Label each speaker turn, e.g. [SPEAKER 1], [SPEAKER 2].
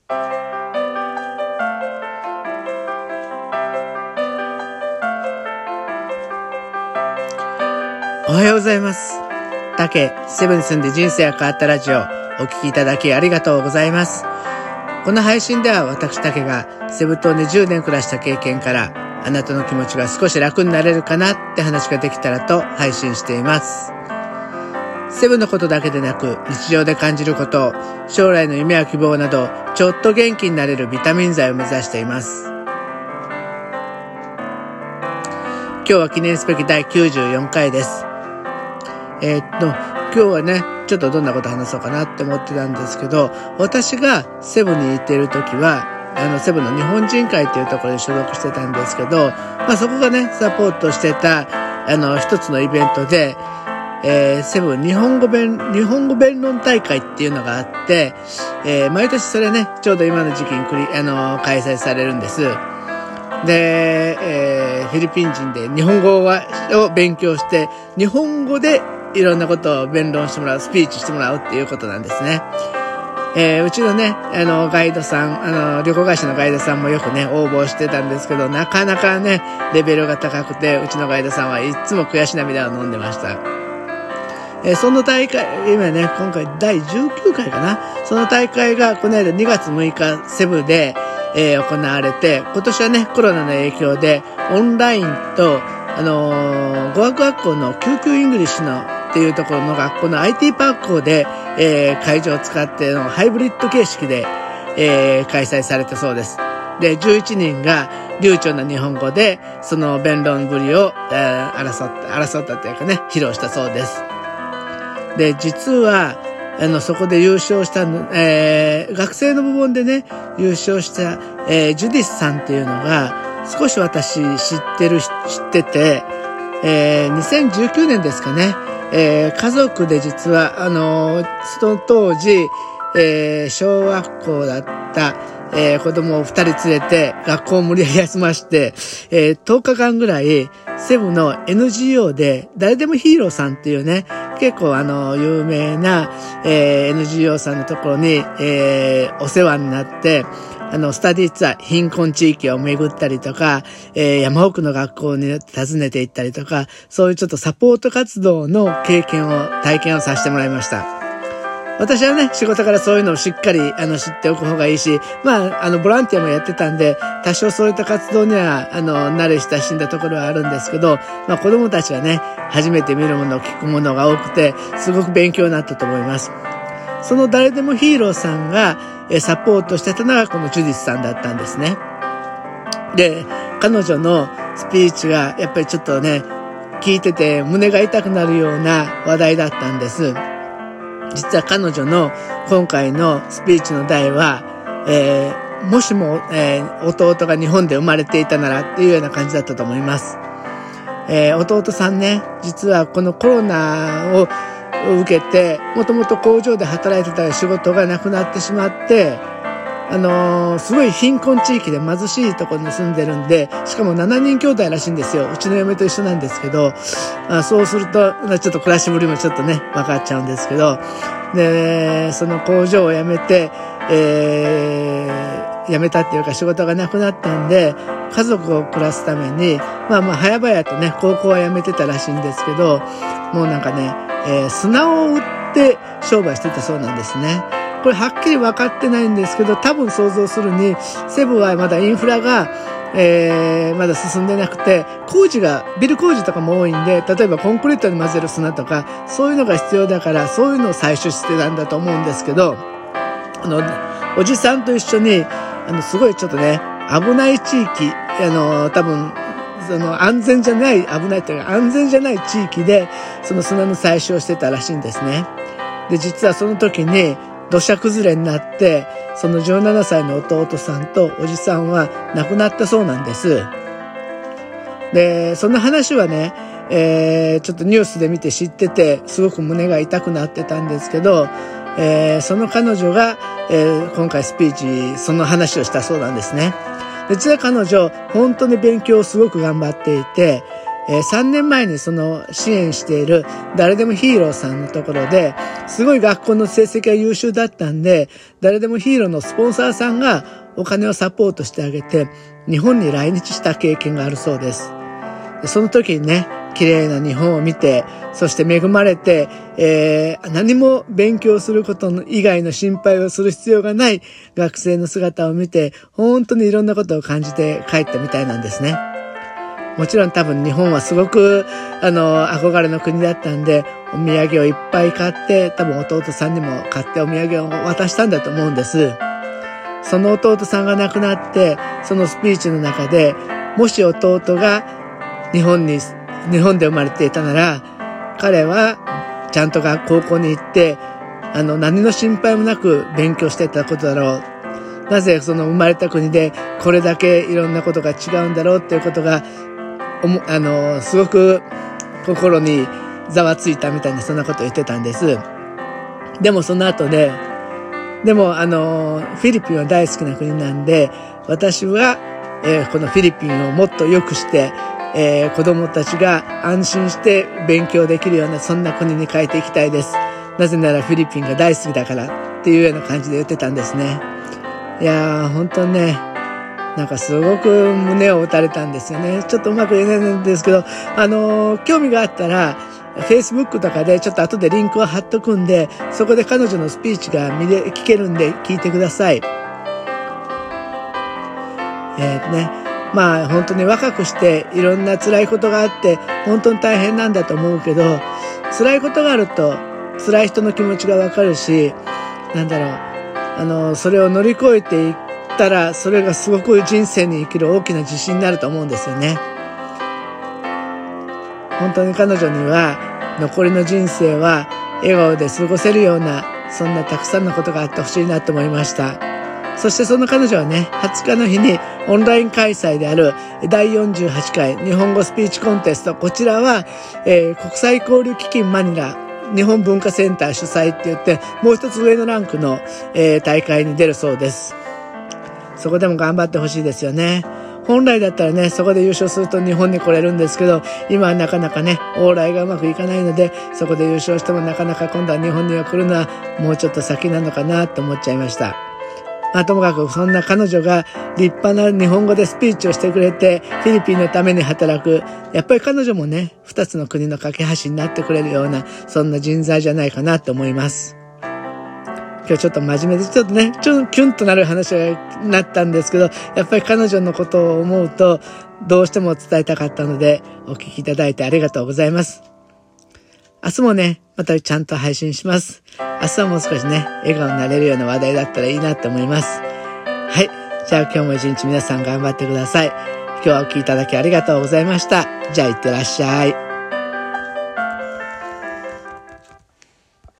[SPEAKER 1] おはようございます。竹セブンに住んで人生が変わったラジオ、お聞きいただきありがとうございます。この配信では私竹がセブ島で10年暮らした経験から、あなたの気持ちが少し楽になれるかなって話ができたらと配信しています。セブのことだけでなく、日常で感じること、将来の夢や希望など、ちょっと元気になれるビタミン剤を目指しています。今日は記念すべき第94回です。今日はね、ちょっとどんなこと話そうかなって思ってたんですけど、私がセブにいている時は、セブの日本人会っていうところに所属してたんですけど、そこがね、サポートしてた、一つのイベントで、セブン日本語弁論大会っていうのがあって、毎年それね、ちょうど今の時期に開催されるんです。で、フィリピン人で日本語を勉強して、日本語でいろんなことを弁論してもらう、スピーチしてもらうっていうことなんですね。うちのね、ガイドさん、旅行会社のガイドさんもよくね、応募してたんですけど、なかなかね、レベルが高くて、うちのガイドさんはいつも悔し涙を飲んでました。その大会、今ね、今回第19回かな。その大会がこの間2月6日セブで、行われて、今年はね、コロナの影響で、オンラインと、語学学校の救急イングリッシュのっていうところの学校の IT パーク校で、会場を使ってのハイブリッド形式で、開催されたそうです。で、11人が流暢な日本語で、その弁論ぶりを、争ったというかね、披露したそうです。で、実は、そこで優勝した学生の部門でね、優勝した、ジュディスさんっていうのが、少し私知ってて、2019年ですかね、家族で実は、その当時、小学校だった、子供を2人連れて学校を無理やり休まして、10日間ぐらいセブの NGO で誰でもヒーローさんっていうね、結構有名な、NGO さんのところに、お世話になって、スタディツアー、貧困地域を巡ったりとか、山奥の学校に訪ねて行ったりとか、そういうちょっとサポート活動の体験をさせてもらいました。私はね、仕事からそういうのをしっかり、知っておく方がいいし、ボランティアもやってたんで、多少そういった活動には、慣れ親しんだところはあるんですけど、子供たちはね、初めて見るもの、聞くものが多くて、すごく勉強になったと思います。その誰でもヒーローさんが、サポートしてたのがこのジュディスさんだったんですね。で、彼女のスピーチが、やっぱりちょっとね、聞いてて胸が痛くなるような話題だったんです。実は彼女の今回のスピーチの題は、もしも、弟が日本で生まれていたならっていうような感じだったと思います。弟さんね、実はこのコロナを受けて、もともと工場で働いてた仕事がなくなってしまって、すごい貧困地域で貧しいところに住んでるんで、しかも7人兄弟らしいんですよ。うちの嫁と一緒なんですけど、そうすると、ちょっと暮らしぶりもちょっとね、分かっちゃうんですけど、で、その工場を辞めて、辞めたっていうか仕事がなくなったんで、家族を暮らすために、早々とね、高校は辞めてたらしいんですけど、もうなんかね、砂を売って商売してたそうなんですね。これはっきり分かってないんですけど、多分想像するに、セブはまだインフラが、まだ進んでなくて、ビル工事とかも多いんで、例えばコンクリートに混ぜる砂とか、そういうのが必要だから、そういうのを採取してたんだと思うんですけど、おじさんと一緒に、すごいちょっとね、危ない地域、多分、安全じゃない地域で、その砂の採取をしてたらしいんですね。で、実はその時に、土砂崩れになって、その17歳の弟さんとおじさんは亡くなったそうなんです。で、その話はね、ちょっとニュースで見て知ってて、すごく胸が痛くなってたんですけど、その彼女が、今回スピーチ、その話をしたそうなんですね。実は彼女、本当に勉強をすごく頑張っていて、 3年前にその支援している誰でもヒーローさんのところですごい学校の成績が優秀だったんで、誰でもヒーローのスポンサーさんがお金をサポートしてあげて日本に来日した経験があるそうです。その時にね、綺麗な日本を見て、そして恵まれて、何も勉強すること以外の心配をする必要がない学生の姿を見て、本当にいろんなことを感じて帰ったみたいなんですね。もちろん多分日本はすごく憧れの国だったんで、お土産をいっぱい買って、多分弟さんにも買ってお土産を渡したんだと思うんです。その弟さんが亡くなって、そのスピーチの中で、もし弟が日本で生まれていたなら、彼はちゃんと高校に行って、何の心配もなく勉強していたことだろう。なぜその生まれた国でこれだけいろんなことが違うんだろうっていうことが、すごく心にざわついたみたいな、そんなことを言ってたんです。でもその後で、フィリピンは大好きな国なんで、私は、このフィリピンをもっと良くして、子供たちが安心して勉強できるような、そんな国に変えていきたいです。なぜならフィリピンが大好きだからっていうような感じで言ってたんですね。いやー、本当にね、なんかすごく胸を打たれたんですよね。ちょっとうまく言えないんですけど、興味があったら、Facebook とかでちょっと後でリンクを貼っとくんで、そこで彼女のスピーチが聞けるんで聞いてください。まあ本当に若くしていろんな辛いことがあって本当に大変なんだと思うけど、辛いことがあると辛い人の気持ちがわかるし、それを乗り越えていったらそれがすごく人生に生きる大きな自信になると思うんですよね。本当に彼女には残りの人生は笑顔で過ごせるような、そんなたくさんのことがあってほしいなと思いました。そしてその彼女はね、20日の日にオンライン開催である第48回日本語スピーチコンテスト、こちらは、国際交流基金マニラ日本文化センター主催って言って、もう一つ上のランクの、大会に出るそうです。そこでも頑張ってほしいですよね。本来だったらね、そこで優勝すると日本に来れるんですけど、今はなかなかね、往来がうまくいかないので、そこで優勝してもなかなか今度は日本には来るのはもうちょっと先なのかなと思っちゃいました。まあ、ともかくそんな彼女が立派な日本語でスピーチをしてくれて、フィリピンのために働く。やっぱり彼女もね、2つの国の架け橋になってくれるような、そんな人材じゃないかなと思います。今日ちょっと真面目でちょっとね、キュンとなる話になったんですけど、やっぱり彼女のことを思うと、どうしても伝えたかったので、お聞きいただいてありがとうございます。明日もね、またちゃんと配信します。明日はもう少しね、笑顔になれるような話題だったらいいなと思います。はい。じゃあ今日も一日皆さん頑張ってください。今日はお聞きいただきありがとうございました。じゃあいってらっしゃい。